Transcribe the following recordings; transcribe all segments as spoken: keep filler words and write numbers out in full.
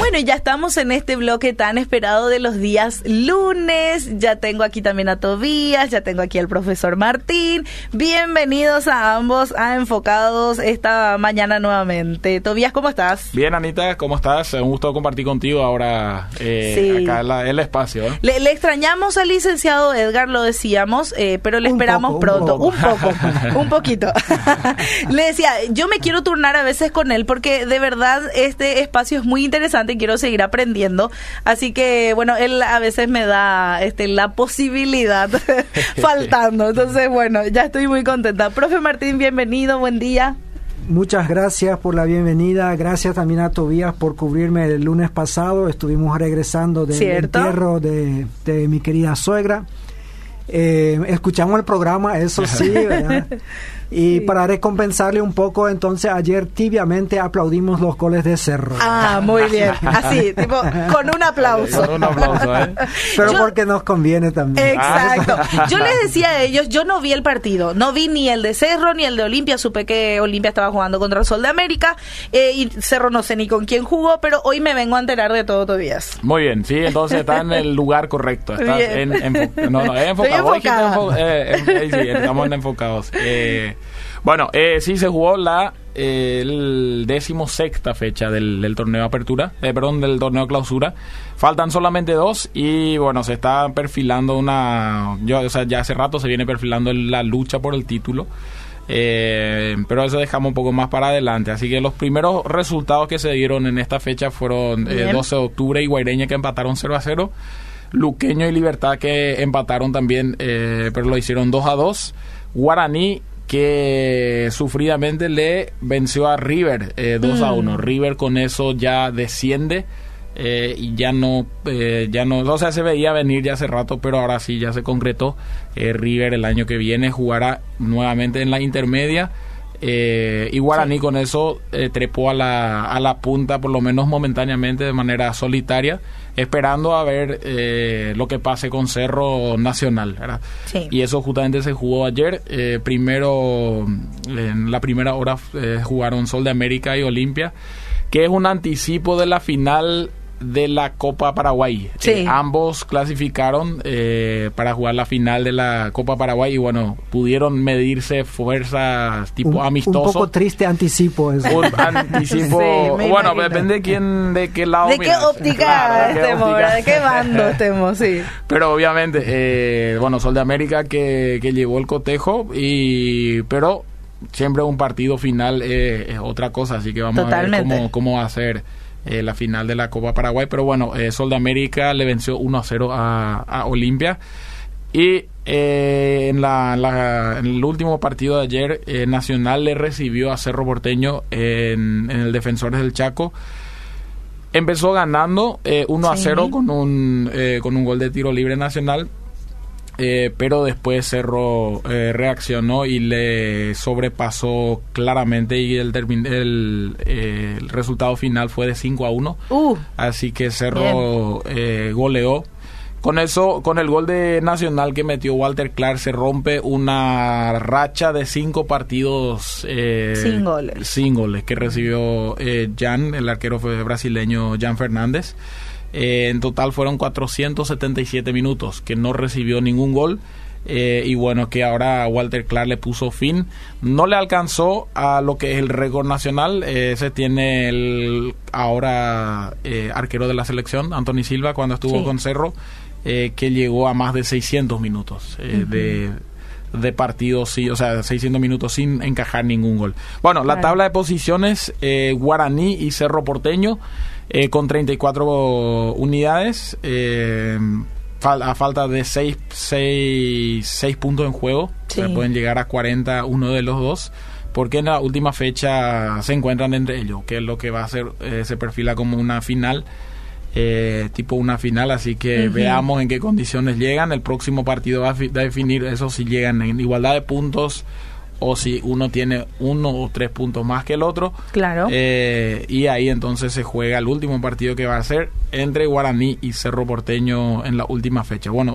Bueno, ya estamos en este bloque tan esperado de los días lunes. Ya tengo aquí también a Tobías, ya tengo aquí al profesor Martín. Bienvenidos a ambos a Enfocados esta mañana nuevamente. Tobías, ¿cómo estás? Bien, Anita, ¿cómo estás? Un gusto compartir contigo ahora eh, sí. acá en la, el espacio. ¿eh? Le, le extrañamos al licenciado Edgar, lo decíamos, eh, pero le un esperamos poco, pronto. Un poco, un, poco, un poquito. Le decía, yo me quiero turnar a veces con él porque de verdad este espacio es muy interesante y quiero seguir aprendiendo. Así que, bueno, él a veces me da este la posibilidad faltando. Entonces, bueno, ya estoy muy contenta. Profe Martín, bienvenido, buen día. Muchas gracias por la bienvenida. Gracias también a Tobías por cubrirme el lunes pasado. Estuvimos regresando del ¿Cierto? entierro de, de mi querida suegra. Eh, escuchamos el programa, eso sí, ¿verdad? Y sí. Para recompensarle un poco, entonces ayer tibiamente aplaudimos los goles de Cerro. Ah, muy bien. Así, tipo, con un aplauso. Con un aplauso, ¿eh? Pero yo, porque nos conviene también. Exacto. Yo les decía a ellos, yo no vi el partido, no vi ni el de Cerro ni el de Olimpia. Supe que Olimpia estaba jugando contra el Sol de América eh, y Cerro no sé ni con quién jugó, pero hoy me vengo a enterar de todo, Tobías. Muy bien, sí, entonces está en el lugar correcto. Estás en, en, no, no, es enfocado. Enfo, eh, eh, sí, estamos en enfocados. Eh, bueno, eh, sí se jugó la eh, el decimosexta fecha del, del torneo apertura, eh, perdón, del torneo clausura. Faltan solamente dos y bueno, se está perfilando una, yo, o sea, ya hace rato se viene perfilando la lucha por el título. Eh, pero eso dejamos un poco más para adelante. Así que los primeros resultados que se dieron en esta fecha fueron eh, doce de octubre y Guaireña, que empataron cero a cero. Luqueño y Libertad, que empataron también, eh, pero lo hicieron dos a dos. Guaraní, que sufridamente le venció a River eh, dos mm. a uno. River con eso ya desciende eh, y ya no, eh, ya no, o sea, se veía venir ya hace rato, pero ahora sí ya se concretó. Eh, River el año que viene jugará nuevamente en la intermedia. Eh, y Guaraní sí. con eso eh, trepó a la, a la punta, por lo menos momentáneamente, de manera solitaria, esperando a ver eh, lo que pase con Cerro Nacional, ¿verdad? Sí. Y eso justamente se jugó ayer. Eh, primero, en la primera hora eh, jugaron Sol de América y Olimpia, que es un anticipo de la final de la Copa Paraguay. Sí. Eh, ambos clasificaron eh, para jugar la final de la Copa Paraguay y bueno, pudieron medirse fuerzas tipo un, amistoso. Un poco triste anticipo eso. Un anticipo, sí, bueno, imagino. Depende de quién, de qué lado de qué miras. óptica claro, estemos, óptica. de qué bando estemos, sí. Pero obviamente, eh, bueno, Sol de América que, que llevó el cotejo y pero siempre un partido final eh, es otra cosa, así que vamos Totalmente. a ver cómo, cómo va a ser Eh, la final de la Copa Paraguay. Pero bueno, eh, Sol de América le venció uno a cero a, a Olimpia y eh, en, la, la, en el último partido de ayer eh, Nacional le recibió a Cerro Porteño en, en el Defensores del Chaco. Empezó ganando eh, uno a cero sí. con un eh, con un gol de tiro libre Nacional. Eh, pero después Cerro eh, reaccionó y le sobrepasó claramente y el, termin- el, eh, el resultado final fue de cinco a uno. Uh, así que Cerro eh, goleó. Con eso, con el gol de Nacional que metió Walter Clark, se rompe una racha de cinco partidos eh, sin goles. sin goles que recibió eh, Jan, el arquero fue brasileño Jan Fernández. Eh, en total fueron cuatrocientos setenta y siete minutos que no recibió ningún gol eh, y bueno, que ahora Walter Clark le puso fin. No le alcanzó a lo que es el récord nacional. Eh, ese tiene el ahora eh, arquero de la selección, Anthony Silva, cuando estuvo sí. con Cerro, eh, que llegó a más de seiscientos minutos eh, uh-huh. de de partidos, sí, o sea, seiscientos minutos sin encajar ningún gol. Bueno, claro. La tabla de posiciones, eh, Guaraní y Cerro Porteño eh, con treinta y cuatro unidades, eh, fal- a falta de seis puntos en juego, sí. o sea, pueden llegar a cuarenta uno de los dos, porque en la última fecha se encuentran entre ellos, que es lo que va a ser, eh, se perfila como una final. Eh, tipo una final, así que uh-huh. veamos en qué condiciones llegan. El próximo partido va a, fi- va a definir eso, si llegan en igualdad de puntos o si uno tiene uno o tres puntos más que el otro. Claro. Eh, y ahí entonces se juega el último partido, que va a ser entre Guaraní y Cerro Porteño en la última fecha. Bueno,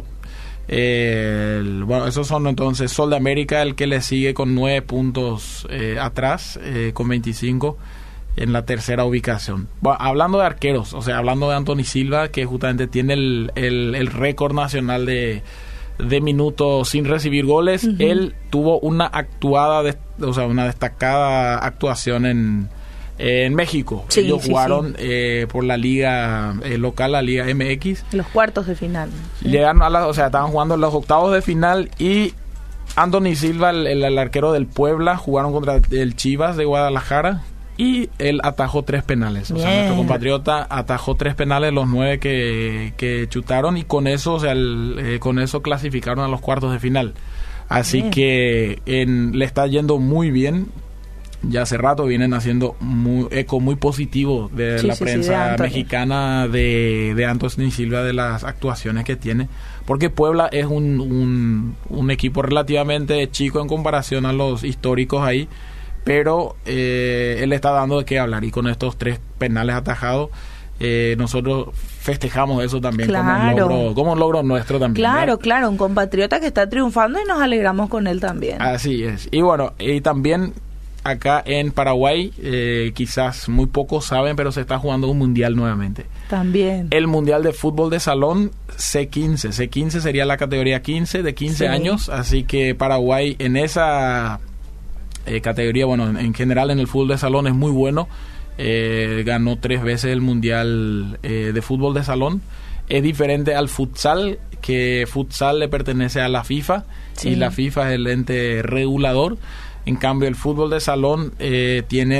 eh, el, bueno esos son entonces Sol de América, el que le sigue con nueve puntos eh, atrás, eh, con veinticinco. en la tercera ubicación. Bueno, hablando de arqueros, o sea, hablando de Anthony Silva, que justamente tiene el, el, el récord nacional de, de minutos sin recibir goles, uh-huh. él tuvo una actuada, de, o sea, una destacada actuación en, en México. Sí, Ellos sí, jugaron sí. Eh, por la liga eh, local, la liga M X. Los cuartos de final. Sí. Llegaron a la, o sea, estaban jugando en los octavos de final y Anthony Silva, el, el, el arquero del Puebla, jugaron contra el Chivas de Guadalajara. Y él atajó tres penales. Bien. O sea, nuestro compatriota atajó tres penales, los nueve que, que chutaron, y con eso, o sea, el, eh, con eso clasificaron a los cuartos de final. Así bien. que en, le está yendo muy bien. Ya hace rato vienen haciendo muy, eco muy positivo de sí, la sí, prensa sí, de mexicana de, de Anthony Silva, de las actuaciones que tiene. Porque Puebla es un, un, un equipo relativamente chico en comparación a los históricos ahí. Pero eh, él está dando de qué hablar, y con estos tres penales atajados eh, nosotros festejamos eso también claro. como, un logro, como un logro nuestro también. Claro, ¿verdad? Claro, un compatriota que está triunfando y nos alegramos con él también. Así es. Y bueno, y también acá en Paraguay, eh, quizás muy pocos saben, pero se está jugando un mundial nuevamente. También. El mundial de fútbol de salón C quince. C quince sería la categoría quince, de quince sí. años, así que Paraguay en esa... Eh, categoría, bueno, en, en general en el fútbol de salón es muy bueno. Eh, ganó tres veces el mundial eh, de fútbol de salón. Es diferente al futsal, que futsal le pertenece a la FIFA sí. y la FIFA es el ente regulador. En cambio, el fútbol de salón eh, tiene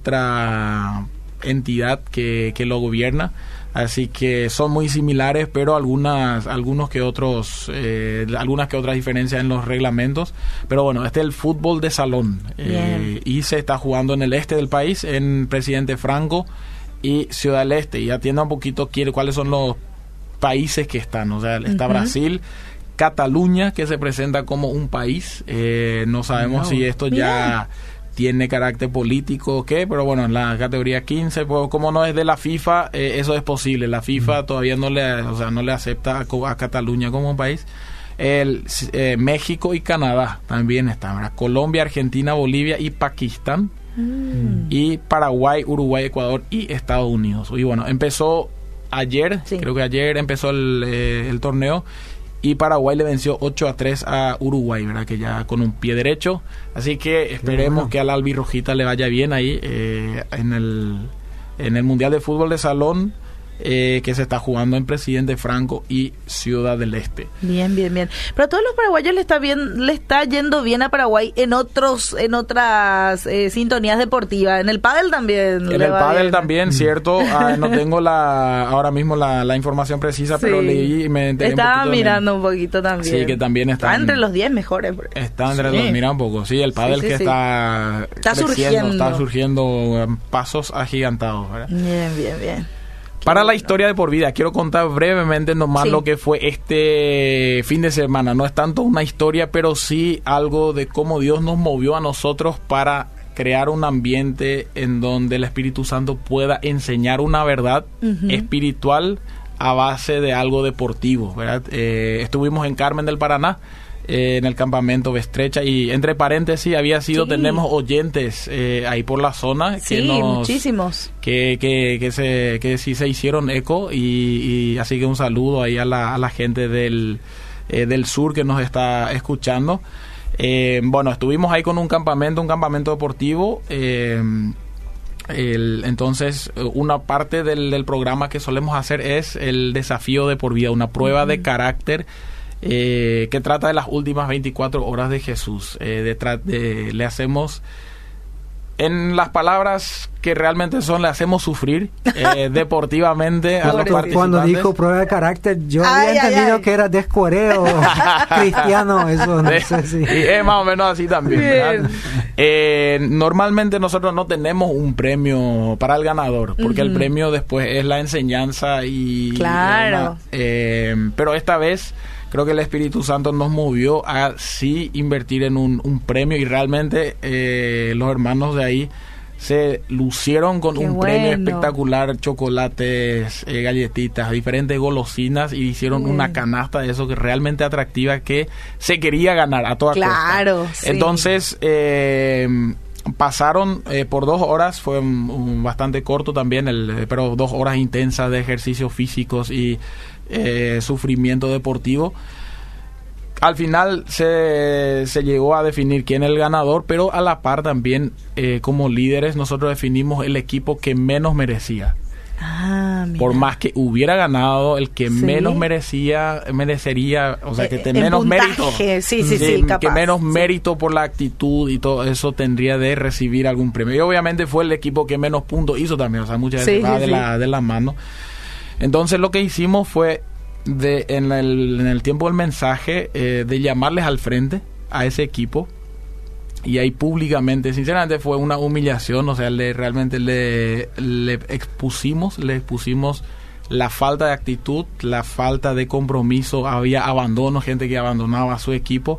otra entidad que, que lo gobierna. Así que son muy similares, pero algunas, algunos que otros, eh, algunas que otras diferencias en los reglamentos. Pero bueno, este es el fútbol de salón eh, y se está jugando en el este del país, en Presidente Franco y Ciudad del Este. Y atienda un poquito quiere, cuáles son los países que están. O sea, está uh-huh. Brasil, Cataluña, que se presenta como un país. Eh, no sabemos no. si esto ya... Bien. tiene carácter político o qué, pero bueno, en la categoría quince, pues, como no es de la FIFA, eh, eso es posible. La FIFA mm. todavía no le, o sea, no le acepta a, a Cataluña como un país. El, eh, México y Canadá también están, ¿verdad? Colombia, Argentina, Bolivia y Pakistán. Mm. Y Paraguay, Uruguay, Ecuador y Estados Unidos. Y bueno, empezó ayer, sí. creo que ayer empezó el, eh, el torneo. Y Paraguay le venció ocho a tres a Uruguay, ¿verdad? Que ya con un pie derecho. Así que esperemos bueno. que a la albirrojita le vaya bien ahí eh, en el en el Mundial de Fútbol de Salón eh, que se está jugando en Presidente Franco y Ciudad del Este. Bien, bien, bien. Pero a todos los paraguayos le está bien, le está yendo bien a Paraguay en otros, en otras eh, sintonías deportivas. En el pádel también. En el pádel bien. también, cierto. Ah, no tengo la ahora mismo la, la información precisa, sí. pero leí y me enteré Estaba un poquito mirando también. un poquito también. Sí, que también está. Está entre los diez mejores. Está entre sí. los, mira un poco. Sí, el pádel sí, sí, que sí. está está creciendo, surgiendo. está surgiendo um, pasos agigantados, ¿verdad? Bien, bien, bien. Para la historia de por vida, quiero contar brevemente nomás sí. lo que fue este fin de semana. No es tanto una historia, pero sí algo de cómo Dios nos movió a nosotros para crear un ambiente en donde el Espíritu Santo pueda enseñar una verdad uh-huh. espiritual a base de algo deportivo, ¿verdad? Eh, estuvimos en Carmen del Paraná, eh, en el campamento Bestrecha, y entre paréntesis había sido, sí. tenemos oyentes eh, ahí por la zona. Sí, que nos, muchísimos. Que, que, que, se, que sí se hicieron eco, y, y así que un saludo ahí a la, a la gente del, eh, del sur que nos está escuchando. Eh, bueno, estuvimos ahí con un campamento, un campamento deportivo. Eh, el, entonces, una parte del, del programa que solemos hacer es el desafío de por vida, una prueba uh-huh. de carácter eh, que trata de las últimas veinticuatro horas de Jesús. Eh, de tra- de, le hacemos, en las palabras que realmente son, le hacemos sufrir eh, deportivamente a los participantes. Cuando dijo prueba de carácter, yo ay, había ay, entendido ay. que era descuereo cristiano, eso no sé si. Y es más o menos así también. Eh, normalmente nosotros no tenemos un premio para el ganador, porque uh-huh. el premio después es la enseñanza y... Claro. Y eh, pero esta vez creo que el Espíritu Santo nos movió a sí invertir en un, un premio, y realmente eh, los hermanos de ahí se lucieron con Qué un bueno. premio espectacular, chocolates, eh, galletitas, diferentes golosinas, y hicieron mm. una canasta de eso que realmente atractiva, que se quería ganar a toda claro, costa. Sí. Entonces, eh, pasaron eh, por dos horas, fue un, un bastante corto también, el, pero dos horas intensas de ejercicios físicos y eh, sufrimiento deportivo. Al final se, se llegó a definir quién es el ganador, pero a la par también eh, como líderes nosotros definimos el equipo que menos merecía. Ah, por más que hubiera ganado, el que ¿sí? menos merecía, merecería, o sea, que te, menos puntaje. mérito, sí, sí, de, sí, capaz, que menos sí. mérito por la actitud y todo eso tendría de recibir algún premio. Y obviamente fue el equipo que menos puntos hizo también, o sea, muchas veces sí, va sí, de, sí. La, de la mano. Entonces lo que hicimos fue, de en el, en el tiempo del mensaje, eh, de llamarles al frente a ese equipo. Y ahí públicamente, sinceramente fue una humillación, o sea, le, realmente le, le expusimos, le expusimos la falta de actitud, la falta de compromiso, había abandono, gente que abandonaba a su equipo,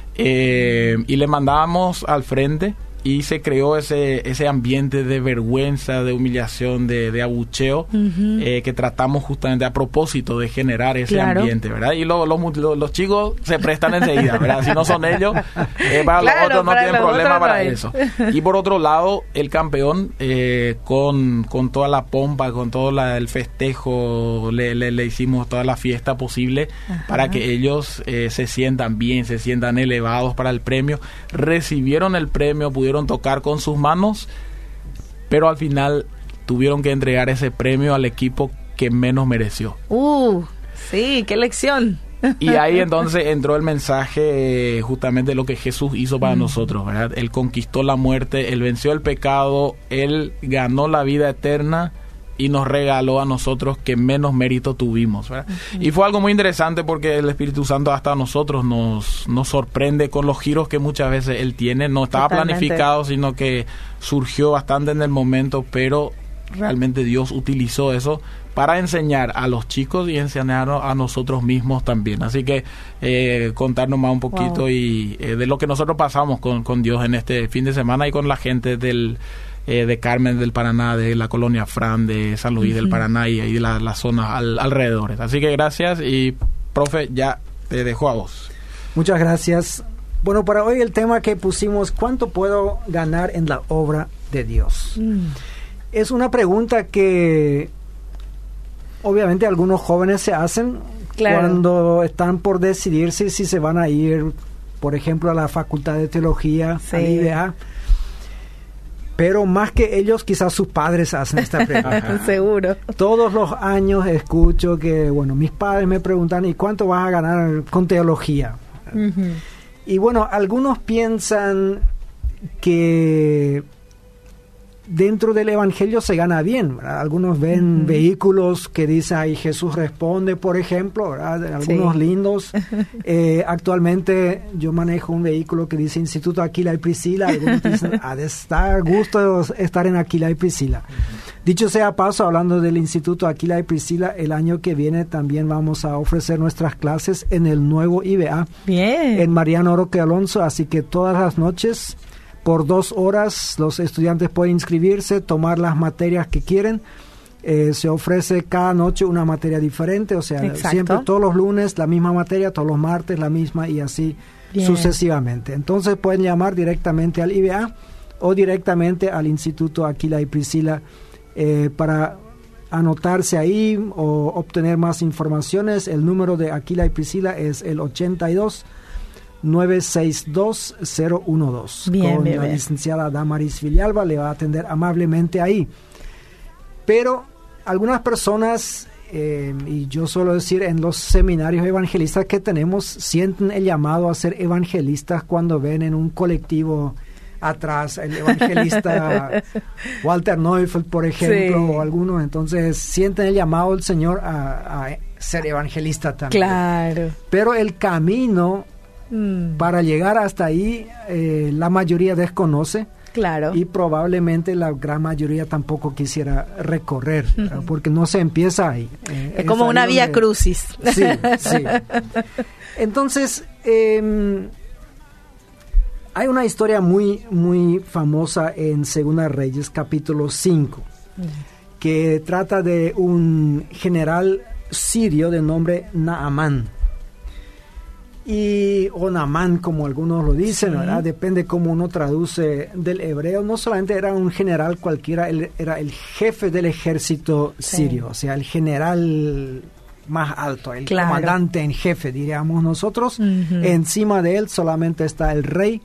eh, y le mandábamos al frente y se creó ese ese ambiente de vergüenza, de humillación, de, de abucheo, uh-huh. eh, que tratamos justamente a propósito de generar ese claro. ambiente, ¿verdad? Y lo, lo, lo, los chicos se prestan enseguida, ¿verdad? Si no son ellos, eh, para claro, los otros no tienen problema para no eso. Y por otro lado, el campeón, eh, con, con toda la pompa, con todo la, el festejo, le, le, le hicimos toda la fiesta posible uh-huh. para que ellos eh, se sientan bien, se sientan elevados para el premio. Recibieron el premio, pudieron tocar con sus manos, pero al final tuvieron que entregar ese premio al equipo que menos mereció. Uh, sí, qué lección. Y ahí entonces entró el mensaje eh, justamente de lo que Jesús hizo para mm. nosotros, ¿verdad? Él conquistó la muerte, Él venció el pecado, Él ganó la vida eterna y nos regaló a nosotros que menos mérito tuvimos, ¿verdad? Uh-huh. Y fue algo muy interesante porque el Espíritu Santo hasta a nosotros nos, nos sorprende con los giros que muchas veces Él tiene. No estaba Totalmente. planificado, sino que surgió bastante en el momento, pero realmente Dios utilizó eso para enseñar a los chicos y enseñar a nosotros mismos también. Así que eh, contarnos más un poquito wow. y eh, de lo que nosotros pasamos con, con Dios en este fin de semana y con la gente del... Eh, de Carmen del Paraná, de la colonia Fran, de San Luis uh-huh. del Paraná y ahí de las la zonas al, alrededor. Así que gracias y, profe, ya te dejo a vos. Muchas gracias. Bueno, para hoy el tema que pusimos, ¿cuánto puedo ganar en la obra de Dios? Mm. Es una pregunta que obviamente algunos jóvenes se hacen claro. cuando están por decidirse si se van a ir, por ejemplo, a la Facultad de Teología, sí. a I B A. Pero más que ellos, quizás sus padres hacen esta pregunta. Seguro. Todos los años escucho que, bueno, mis padres me preguntan, ¿y cuánto vas a ganar con teología? Uh-huh. Y bueno, algunos piensan que dentro del evangelio se gana bien, ¿verdad? Algunos ven uh-huh. vehículos que dicen ahí Jesús responde, por ejemplo, ¿verdad? Algunos sí. lindos. Eh, actualmente yo manejo un vehículo que dice Instituto Aquila y Priscila. Algunos dicen, ha de estar gusto estar en Aquila y Priscila. Uh-huh. Dicho sea paso, hablando del Instituto Aquila y Priscila, el año que viene también vamos a ofrecer nuestras clases en el nuevo I B A. Bien. En Mariano Roque Alonso, así que todas las noches... Por dos horas los estudiantes pueden inscribirse, tomar las materias que quieren. Eh, se ofrece cada noche una materia diferente, o sea, Exacto. siempre todos los lunes la misma materia, todos los martes la misma y así Bien. sucesivamente. Entonces pueden llamar directamente al I B A o directamente al Instituto Aquila y Priscila eh, para anotarse ahí o obtener más informaciones. El número de Aquila y Priscila es el ochenta y dos, nueve seis dos, cero uno dos. Bien, con bien, la bien. licenciada Damaris Villalba le va a atender amablemente ahí. Pero algunas personas, eh, y yo suelo decir en los seminarios evangelistas que tenemos, sienten el llamado a ser evangelistas cuando ven en un colectivo atrás el evangelista Walter Neufeld, por ejemplo, sí. o algunos, entonces sienten el llamado del Señor a, a ser evangelista también. Claro. Pero el camino mm. para llegar hasta ahí, eh, la mayoría desconoce. Claro. Y probablemente la gran mayoría tampoco quisiera recorrer, uh-huh. porque no se empieza ahí. Eh, es como una vía donde... crucis. Sí, sí. Entonces, eh, hay una historia muy, muy famosa en Segunda Reyes, capítulo cinco, uh-huh. que trata de un general sirio de nombre Naamán. y o Naamán, como algunos lo dicen, sí. ¿verdad? Depende cómo uno traduce del hebreo. No solamente era un general cualquiera, él era el jefe del ejército sí. sirio, o sea, el general más alto, el claro. comandante en jefe, diríamos nosotros. Uh-huh. Encima de él solamente está el rey.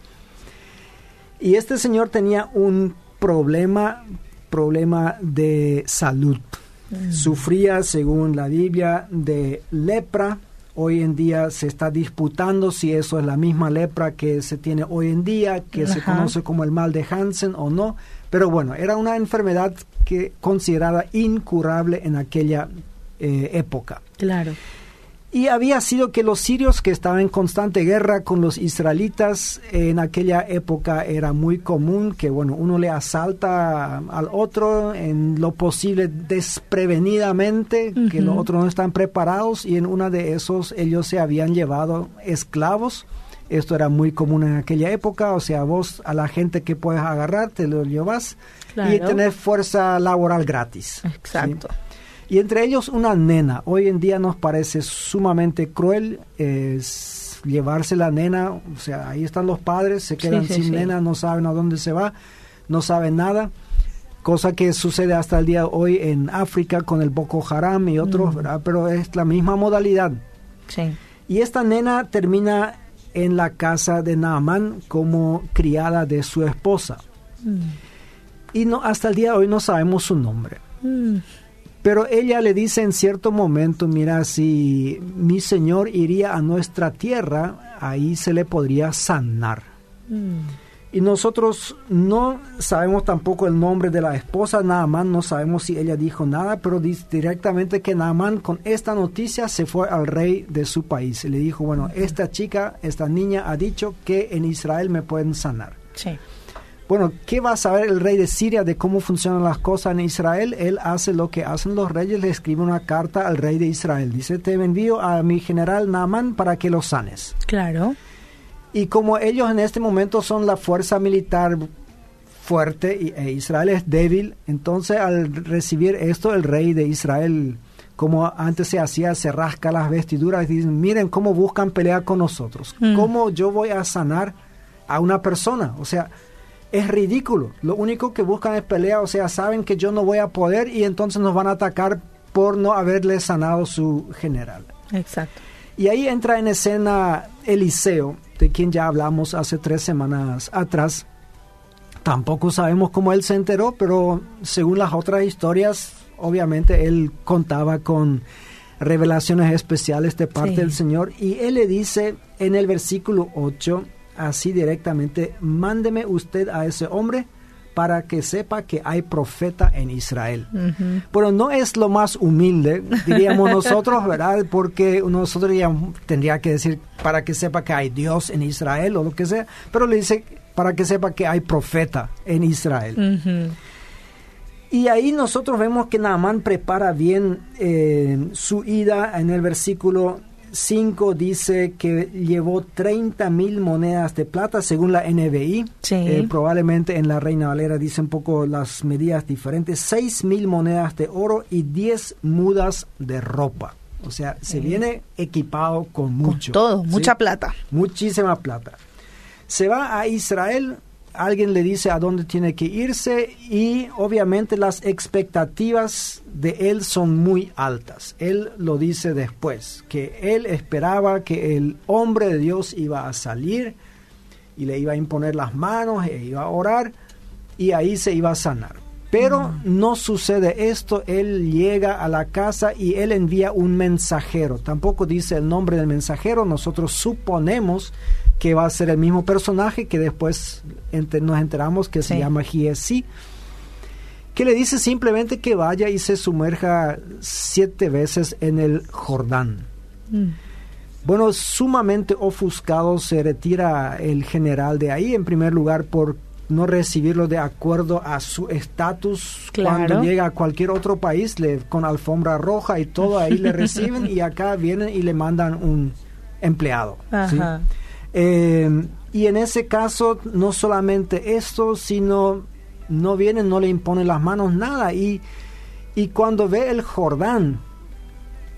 Y este señor tenía un problema, problema de salud. Uh-huh. Sufría, según la Biblia, de lepra. Hoy en día se está disputando si eso es la misma lepra que se tiene hoy en día, que uh-huh. se conoce como el mal de Hansen o no. Pero bueno, era una enfermedad que considerada incurable en aquella eh, época. Claro. Y había sido que los sirios, que estaban en constante guerra con los israelitas, en aquella época era muy común que, bueno, uno le asalta al otro en lo posible desprevenidamente, uh-huh. que los otros no están preparados, y en una de esos ellos se habían llevado esclavos. Esto era muy común en aquella época, o sea, vos a la gente que puedes agarrar, te lo llevas claro. y tener fuerza laboral gratis. Exacto. ¿sí? Y entre ellos una nena. Hoy en día nos parece sumamente cruel eh, llevarse la nena. O sea, ahí están los padres, se quedan sí, sí, sin sí. nena, no saben a dónde se va, no saben nada. Cosa que sucede hasta el día de hoy en África con el Boko Haram y otros, mm. ¿verdad? Pero es la misma modalidad. Sí. Y esta nena termina en la casa de Naamán como criada de su esposa. Mm. Y no, hasta el día de hoy no sabemos su nombre. Mm. Pero ella le dice en cierto momento, mira, si mi señor iría a nuestra tierra, ahí se le podría sanar. Mm. Y nosotros no sabemos tampoco el nombre de la esposa, Naamán, no sabemos si ella dijo nada, pero dice directamente que Naamán con esta noticia se fue al rey de su país. Y le dijo, bueno, esta chica, esta niña ha dicho que en Israel me pueden sanar. Sí. Bueno, ¿qué va a saber el rey de Siria de cómo funcionan las cosas en Israel? Él hace lo que hacen los reyes, le escribe una carta al rey de Israel. Dice, te envío a mi general Naamán para que lo sanes. Claro. Y como ellos en este momento son la fuerza militar fuerte y e Israel es débil, entonces al recibir esto, el rey de Israel, como antes se hacía, se rasca las vestiduras y dicen, miren cómo buscan pelear con nosotros. Mm. ¿Cómo yo voy a sanar a una persona? O sea, es ridículo. Lo único que buscan es pelea, o sea, saben que yo no voy a poder y entonces nos van a atacar por no haberle sanado su general. Exacto. Y ahí entra en escena Eliseo, de quien ya hablamos hace tres semanas atrás. Tampoco sabemos cómo él se enteró, pero según las otras historias, obviamente él contaba con revelaciones especiales de parte sí. del Señor. Y él le dice en el versículo ocho, así directamente, mándeme usted a ese hombre para que sepa que hay profeta en Israel. Uh-huh. Pero no es lo más humilde, diríamos nosotros, ¿verdad? Porque nosotros ya tendría que decir para que sepa que hay Dios en Israel o lo que sea, pero le dice para que sepa que hay profeta en Israel. Uh-huh. Y ahí nosotros vemos que Naamán prepara bien eh, su ida. En el versículo cinco dice que llevó treinta mil monedas de plata según la N B I. Sí. Eh, probablemente en la Reina Valera dice un poco las medidas diferentes. seis mil monedas de oro y diez mudas de ropa. O sea, sí. se viene equipado con mucho. Con todo, ¿sí? mucha plata. Muchísima plata. Se va a Israel. Alguien le dice a dónde tiene que irse y obviamente las expectativas de él son muy altas. Él lo dice después, que él esperaba que el hombre de Dios iba a salir y le iba a imponer las manos e iba a orar y ahí se iba a sanar. Pero mm. no sucede esto. Él llega a la casa y él envía un mensajero. Tampoco dice el nombre del mensajero. Nosotros suponemos que va a ser el mismo personaje que después enter, nos enteramos que sí. se llama Giesi, que le dice simplemente que vaya y se sumerja siete veces en el Jordán. Mm. Bueno, sumamente ofuscado se retira el general de ahí, en primer lugar por no recibirlo de acuerdo a su estatus. Claro. Cuando llega a cualquier otro país le, con alfombra roja y todo, ahí le reciben y acá vienen y le mandan un empleado. ¿sí? Eh, y en ese caso no solamente esto, sino no vienen, no le imponen las manos, nada. Y, y cuando ve el Jordán,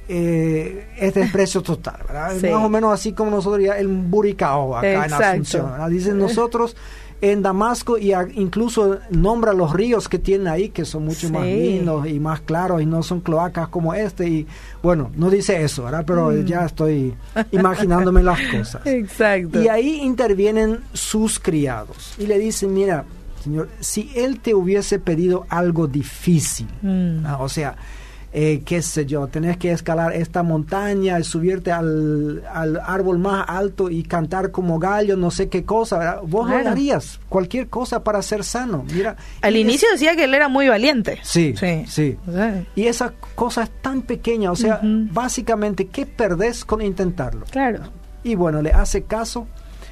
eh, es desprecio total, ¿verdad? Sí. Más o menos así como nosotros ya el buricao acá Exacto. en Asunción, ¿verdad? Dicen nosotros en Damasco, y a, incluso nombra los ríos que tienen ahí, que son mucho sí. más lindos y más claros y no son cloacas como este, y bueno, no dice eso, ¿verdad? Pero mm. ya estoy imaginándome las cosas. Exacto. Y ahí intervienen sus criados y le dicen, mira, Señor, si él te hubiese pedido algo difícil, mm. ¿no? O sea, Eh, qué sé yo, tenés que escalar esta montaña, subirte al, al árbol más alto y cantar como gallo, no sé qué cosa, ¿verdad? Vos claro. lo harías, cualquier cosa para ser sano. Mira, al inicio es, decía que él era muy valiente. Sí, sí. sí. O sea, y esa cosa es tan pequeña, o sea, uh-huh. básicamente, ¿qué perdés con intentarlo? Claro. Y bueno, le hace caso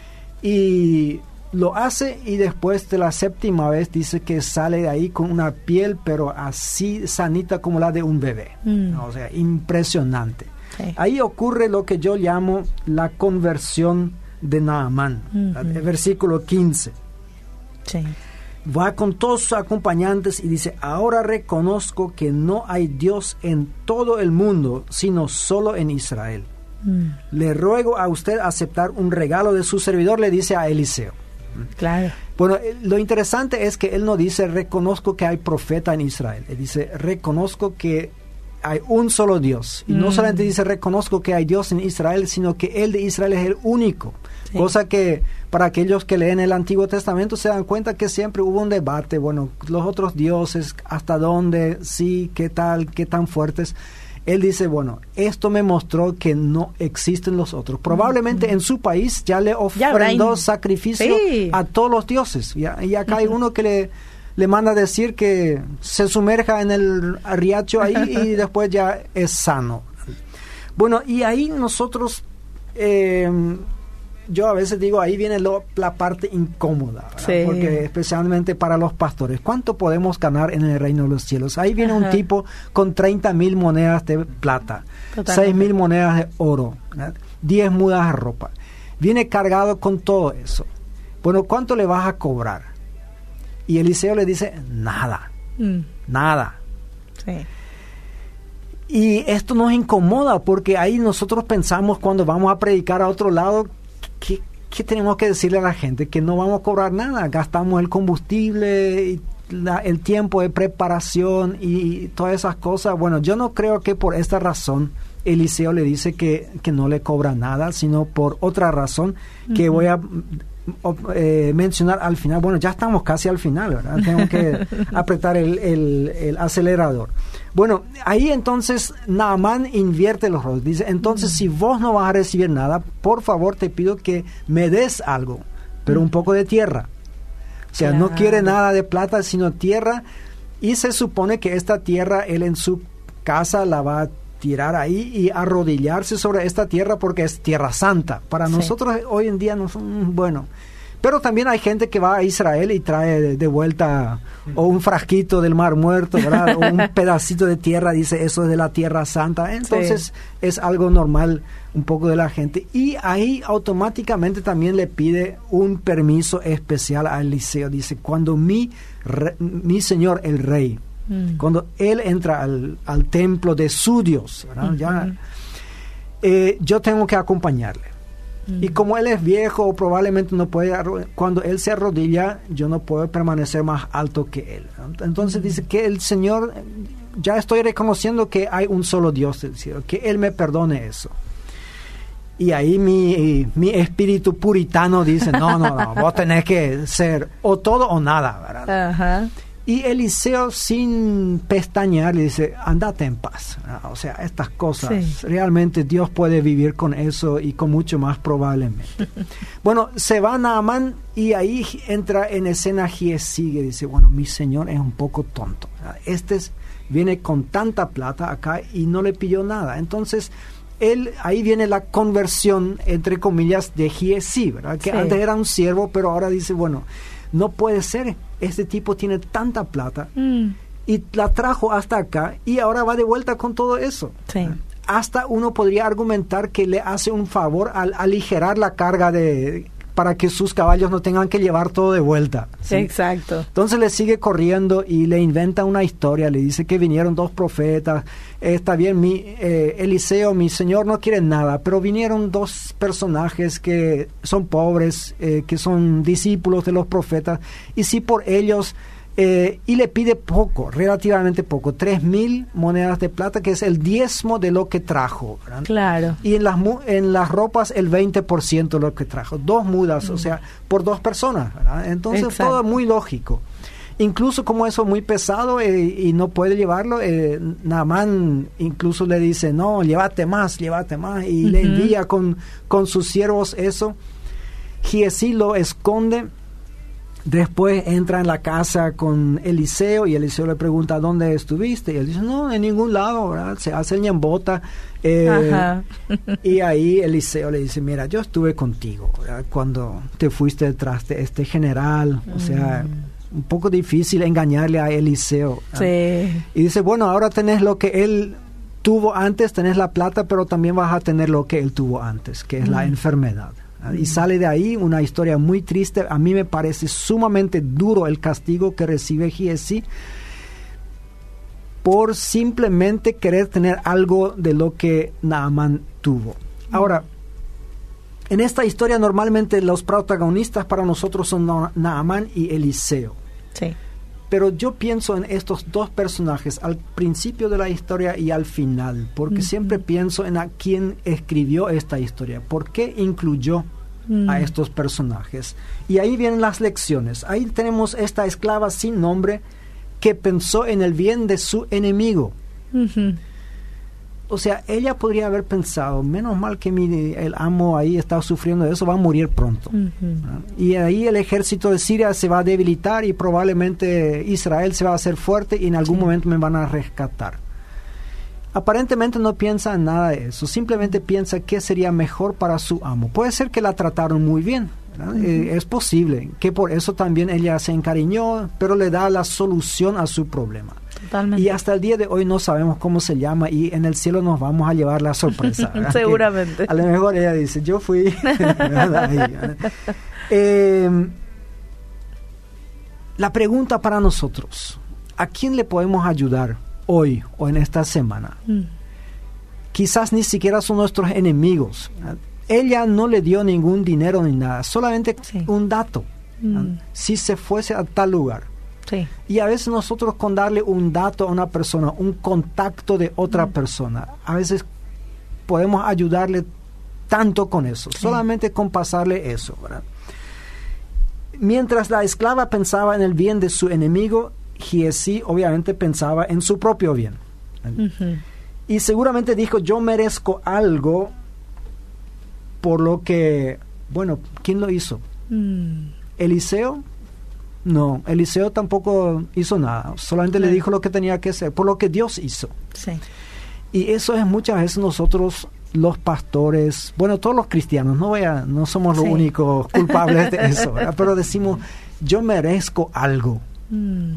y lo hace, y después de la séptima vez dice que sale de ahí con una piel pero así sanita como la de un bebé. Mm. O sea, impresionante. Sí. Ahí ocurre lo que yo llamo la conversión de Naamán. Mm-hmm. El versículo quince. Sí. Va con todos sus acompañantes y dice, ahora reconozco que no hay Dios en todo el mundo, sino solo en Israel. Mm. Le ruego a usted aceptar un regalo de su servidor, le dice a Eliseo. Claro. Bueno, lo interesante es que él no dice reconozco que hay profeta en Israel, él dice reconozco que hay un solo Dios, y mm. no solamente dice reconozco que hay Dios en Israel, sino que el de Israel es el único, sí. cosa que para aquellos que leen el Antiguo Testamento se dan cuenta que siempre hubo un debate, bueno, los otros dioses, hasta dónde, sí, qué tal, qué tan fuertes. Él dice, bueno, esto me mostró que no existen los otros. Probablemente mm. en su país ya le ofrendó ya sacrificio sí. a todos los dioses. Y, y acá uh-huh. hay uno que le, le manda a decir que se sumerja en el riacho ahí y después ya es sano. Bueno, y ahí nosotros, eh, yo a veces digo, ahí viene lo, la parte incómoda, sí. porque especialmente para los pastores, ¿cuánto podemos ganar en el reino de los cielos? Ahí viene Ajá. un tipo con treinta mil monedas de plata, seis mil monedas de oro, ¿verdad? diez mudas de ropa. Viene cargado con todo eso. Bueno, ¿cuánto le vas a cobrar? Y Eliseo le dice, nada, mm. nada. Sí. Y esto nos incomoda porque ahí nosotros pensamos cuando vamos a predicar a otro lado, ¿Qué, ¿qué tenemos que decirle a la gente? Que no vamos a cobrar nada, gastamos el combustible, y la, el tiempo de preparación y todas esas cosas. Bueno, yo no creo que por esta razón Eliseo le dice que, que no le cobra nada, sino por otra razón que uh-huh. voy a eh, mencionar al final. Bueno, ya estamos casi al final, ¿verdad? Tengo que apretar el, el, el acelerador. Bueno, ahí entonces Naamán invierte los roles. Dice, entonces mm. si vos no vas a recibir nada, por favor te pido que me des algo, pero mm. un poco de tierra. O sea, claro. no quiere nada de plata, sino tierra. Y se supone que esta tierra, él en su casa la va a tirar ahí y arrodillarse sobre esta tierra porque es tierra santa. Para sí. nosotros hoy en día no son, bueno... Pero también hay gente que va a Israel y trae de, de vuelta o un frasquito del Mar Muerto, ¿verdad? O un pedacito de tierra, dice eso es de la Tierra Santa. Entonces sí. es algo normal un poco de la gente. Y ahí automáticamente también le pide un permiso especial a Eliseo. Dice, cuando mi, re, mi señor el rey, mm. cuando él entra al, al templo de su Dios, ¿verdad? Uh-huh. ya, eh, yo tengo que acompañarle. Y como él es viejo, probablemente no puede, cuando él se arrodilla, yo no puedo permanecer más alto que él. Entonces dice que el Señor, ya estoy reconociendo que hay un solo Dios del cielo, que Él me perdone eso. Y ahí mi, mi espíritu puritano dice, no, no, no, vos tenés que ser o todo o nada, ¿verdad? Ajá. Y Eliseo, sin pestañear, le dice, andate en paz. O sea, estas cosas, sí. realmente Dios puede vivir con eso y con mucho más probablemente. Bueno, se va Naamán y ahí entra en escena Giezi, y dice, bueno, mi señor es un poco tonto. Este es, viene con tanta plata acá y no le pidió nada. Entonces, él, ahí viene la conversión, entre comillas, de Giezi, ¿verdad? Que sí. antes era un siervo, pero ahora dice, bueno, no puede ser, este tipo tiene tanta plata mm. y la trajo hasta acá y ahora va de vuelta con todo eso. Sí. Hasta uno podría argumentar que le hace un favor al aligerar la carga de para que sus caballos no tengan que llevar todo de vuelta. ¿Sí? Exacto. Entonces le sigue corriendo y le inventa una historia, le dice que vinieron dos profetas, eh, está bien, mi eh, Eliseo, mi señor, no quiere nada, pero vinieron dos personajes que son pobres, eh, que son discípulos de los profetas, y si por ellos... Eh, y le pide poco, relativamente poco, tres mil monedas de plata, que es el diezmo de lo que trajo, ¿verdad? Claro. Y en las en las ropas el veinte por ciento de lo que trajo, dos mudas, mm. o sea, por dos personas, ¿verdad? Entonces Exacto. todo muy lógico. Incluso como eso es muy pesado eh, y no puede llevarlo, eh, Naamán incluso le dice, no, llévate más, llévate más, y uh-huh. le envía con, con sus siervos eso. Giezi lo esconde. Después entra en la casa con Eliseo y Eliseo le pregunta, ¿dónde estuviste? Y él dice, no, en ningún lado, ¿verdad? Se hace el ñembota. Eh, y ahí Eliseo le dice, mira, yo estuve contigo, ¿verdad? Cuando te fuiste detrás de este general. Mm. O sea, un poco difícil engañarle a Eliseo. Sí. Y dice, bueno, ahora tenés lo que él tuvo antes, tenés la plata, pero también vas a tener lo que él tuvo antes, que es mm. la enfermedad. Y sale de ahí una historia muy triste. A mí me parece sumamente duro el castigo que recibe Giezi por simplemente querer tener algo de lo que Naamán tuvo. Ahora, en esta historia normalmente los protagonistas para nosotros son Naamán y Eliseo. Sí. Pero yo pienso en estos dos personajes al principio de la historia y al final, porque uh-huh. siempre pienso en a quién escribió esta historia, por qué incluyó uh-huh. a estos personajes. Y ahí vienen las lecciones. Ahí tenemos esta esclava sin nombre que pensó en el bien de su enemigo. Uh-huh. O sea, ella podría haber pensado, menos mal que mi, el amo ahí está sufriendo de eso, va a morir pronto. Uh-huh. Y ahí el ejército de Siria se va a debilitar y probablemente Israel se va a hacer fuerte y en algún sí. momento me van a rescatar. Aparentemente no piensa en nada de eso, simplemente piensa qué sería mejor para su amo. Puede ser que la trataron muy bien, uh-huh. eh, es posible que por eso también ella se encariñó, pero le da la solución a su problema. Totalmente. Y hasta el día de hoy no sabemos cómo se llama y en el cielo nos vamos a llevar la sorpresa. Seguramente. Que a lo mejor ella dice, yo fui. eh, la pregunta para nosotros, ¿a quién le podemos ayudar hoy o en esta semana? Mm. Quizás ni siquiera son nuestros enemigos. Ella no le dio ningún dinero ni nada, solamente sí. un dato. Mm. Si se fuese a tal lugar. Sí. Y a veces nosotros con darle un dato a una persona, un contacto de otra mm. persona, a veces podemos ayudarle tanto con eso, sí. solamente con pasarle eso, ¿verdad? Mientras la esclava pensaba en el bien de su enemigo, Giezi obviamente pensaba en su propio bien. Uh-huh. Y seguramente dijo, yo merezco algo por lo que, bueno, ¿quién lo hizo? Mm. ¿Eliseo? No, Eliseo tampoco hizo nada, solamente sí. le dijo lo que tenía que hacer, por lo que Dios hizo. Sí. Y eso es muchas veces nosotros, los pastores, bueno, todos los cristianos, no, voy a, no somos sí. los únicos culpables de eso, ¿verdad? Pero decimos, yo merezco algo. Mm.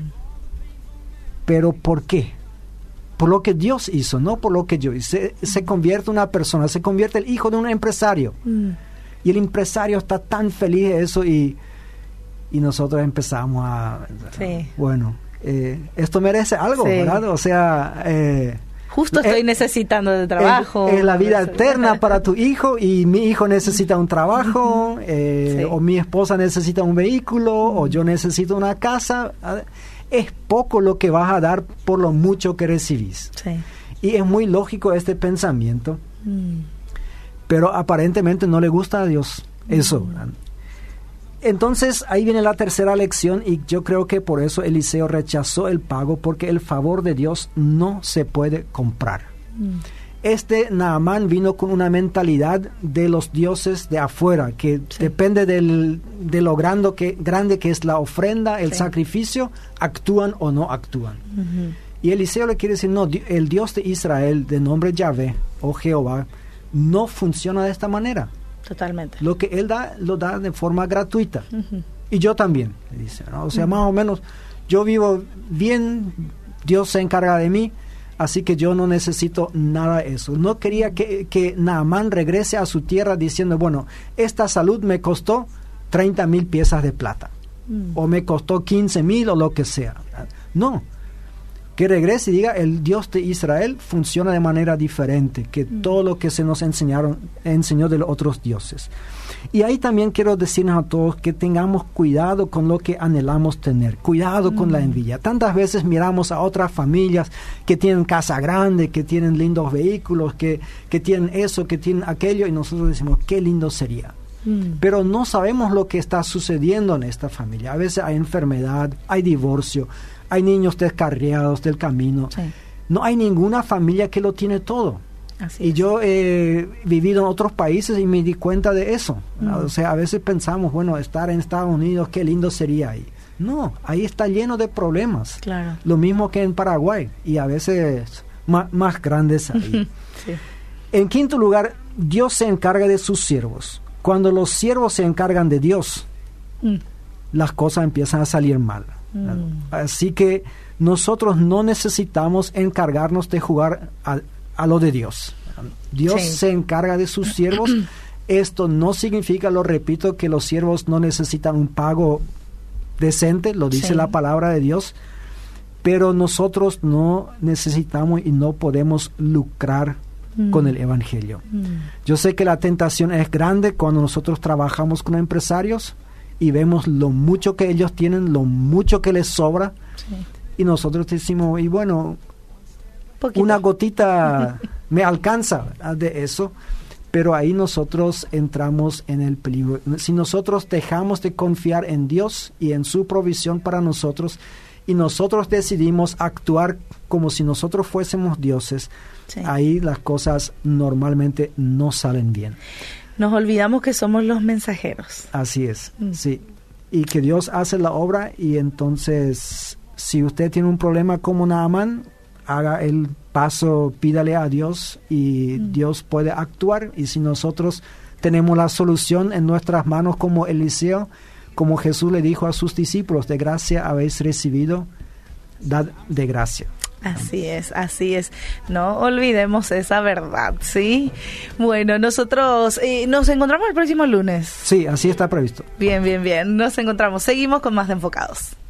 ¿Pero por qué? Por lo que Dios hizo, no por lo que yo hice. Se, se convierte una persona, se convierte el hijo de un empresario. Mm. Y el empresario está tan feliz de eso y... Y nosotros empezamos a... Sí. Bueno, eh, esto merece algo, sí. ¿verdad? O sea... Eh, Justo estoy eh, necesitando de trabajo. Es, es la vida eterna para tu hijo y mi hijo necesita un trabajo, uh-huh. eh, sí. o mi esposa necesita un vehículo, uh-huh. o yo necesito una casa. Es poco lo que vas a dar por lo mucho que recibís. Sí. Y es muy lógico este pensamiento, uh-huh. pero aparentemente no le gusta a Dios eso, ¿verdad? Entonces ahí viene la tercera lección y yo creo que por eso Eliseo rechazó el pago, porque el favor de Dios no se puede comprar. Mm. Este Naamán vino con una mentalidad de los dioses de afuera, que sí. depende del, de lo grande que, grande que es la ofrenda, el sí. sacrificio, actúan o no actúan. Uh-huh. Y Eliseo le quiere decir, no, el Dios de Israel, de nombre Yahvé o Jehová, no funciona de esta manera. Totalmente. Lo que él da, lo da de forma gratuita. Uh-huh. Y yo también, le dice, ¿no? O sea, uh-huh. más o menos, yo vivo bien, Dios se encarga de mí, así que yo no necesito nada de eso. No quería que, que Naamán regrese a su tierra diciendo, bueno, esta salud me costó treinta mil piezas de plata, mm. o me costó quince mil o lo que sea. No, que regrese y diga, el Dios de Israel funciona de manera diferente que mm. todo lo que se nos enseñaron, enseñó de los otros dioses. Y ahí también quiero decirnos a todos que tengamos cuidado con lo que anhelamos tener, cuidado mm. con la envidia. Tantas veces miramos a otras familias que tienen casa grande, que tienen lindos vehículos, que, que tienen eso, que tienen aquello, y nosotros decimos, qué lindo sería. Mm. Pero no sabemos lo que está sucediendo en esta familia. A veces hay enfermedad, hay divorcio, hay niños descarriados del camino. Sí. No hay ninguna familia que lo tiene todo. Así y es. Yo he vivido en otros países y me di cuenta de eso. Mm. O sea, a veces pensamos, bueno, estar en Estados Unidos, qué lindo sería ahí. No, ahí está lleno de problemas. Claro. Lo mismo que en Paraguay, y a veces más, más grandes ahí. Sí. En quinto lugar, Dios se encarga de sus siervos. Cuando los siervos se encargan de Dios, mm. las cosas empiezan a salir mal. Mm. Así que nosotros no necesitamos encargarnos de jugar a, a lo de Dios. Dios sí. se encarga de sus siervos. Esto no significa, lo repito, que los siervos no necesitan un pago decente, lo dice sí. la palabra de Dios, pero nosotros no necesitamos y no podemos lucrar mm. con el evangelio. Mm. Yo sé que la tentación es grande cuando nosotros trabajamos con empresarios y vemos lo mucho que ellos tienen, lo mucho que les sobra, sí. y nosotros decimos, y bueno, Poquito. una gotita me alcanza de eso, pero ahí nosotros entramos en el peligro. Si nosotros dejamos de confiar en Dios y en su provisión para nosotros, y nosotros decidimos actuar como si nosotros fuésemos dioses, sí. ahí las cosas normalmente no salen bien. Nos olvidamos que somos los mensajeros. Así es, mm. sí. Y que Dios hace la obra, y entonces, si usted tiene un problema como Naamán, haga el paso, pídale a Dios, y mm. Dios puede actuar. Y si nosotros tenemos la solución en nuestras manos como Eliseo, como Jesús le dijo a sus discípulos, de gracia habéis recibido, dad de gracia. Así es, así es. No olvidemos esa verdad, ¿sí? Bueno, nosotros eh, nos encontramos el próximo lunes. Sí, así está previsto. Bien, bien, bien. Nos encontramos. Seguimos con más de Enfocados.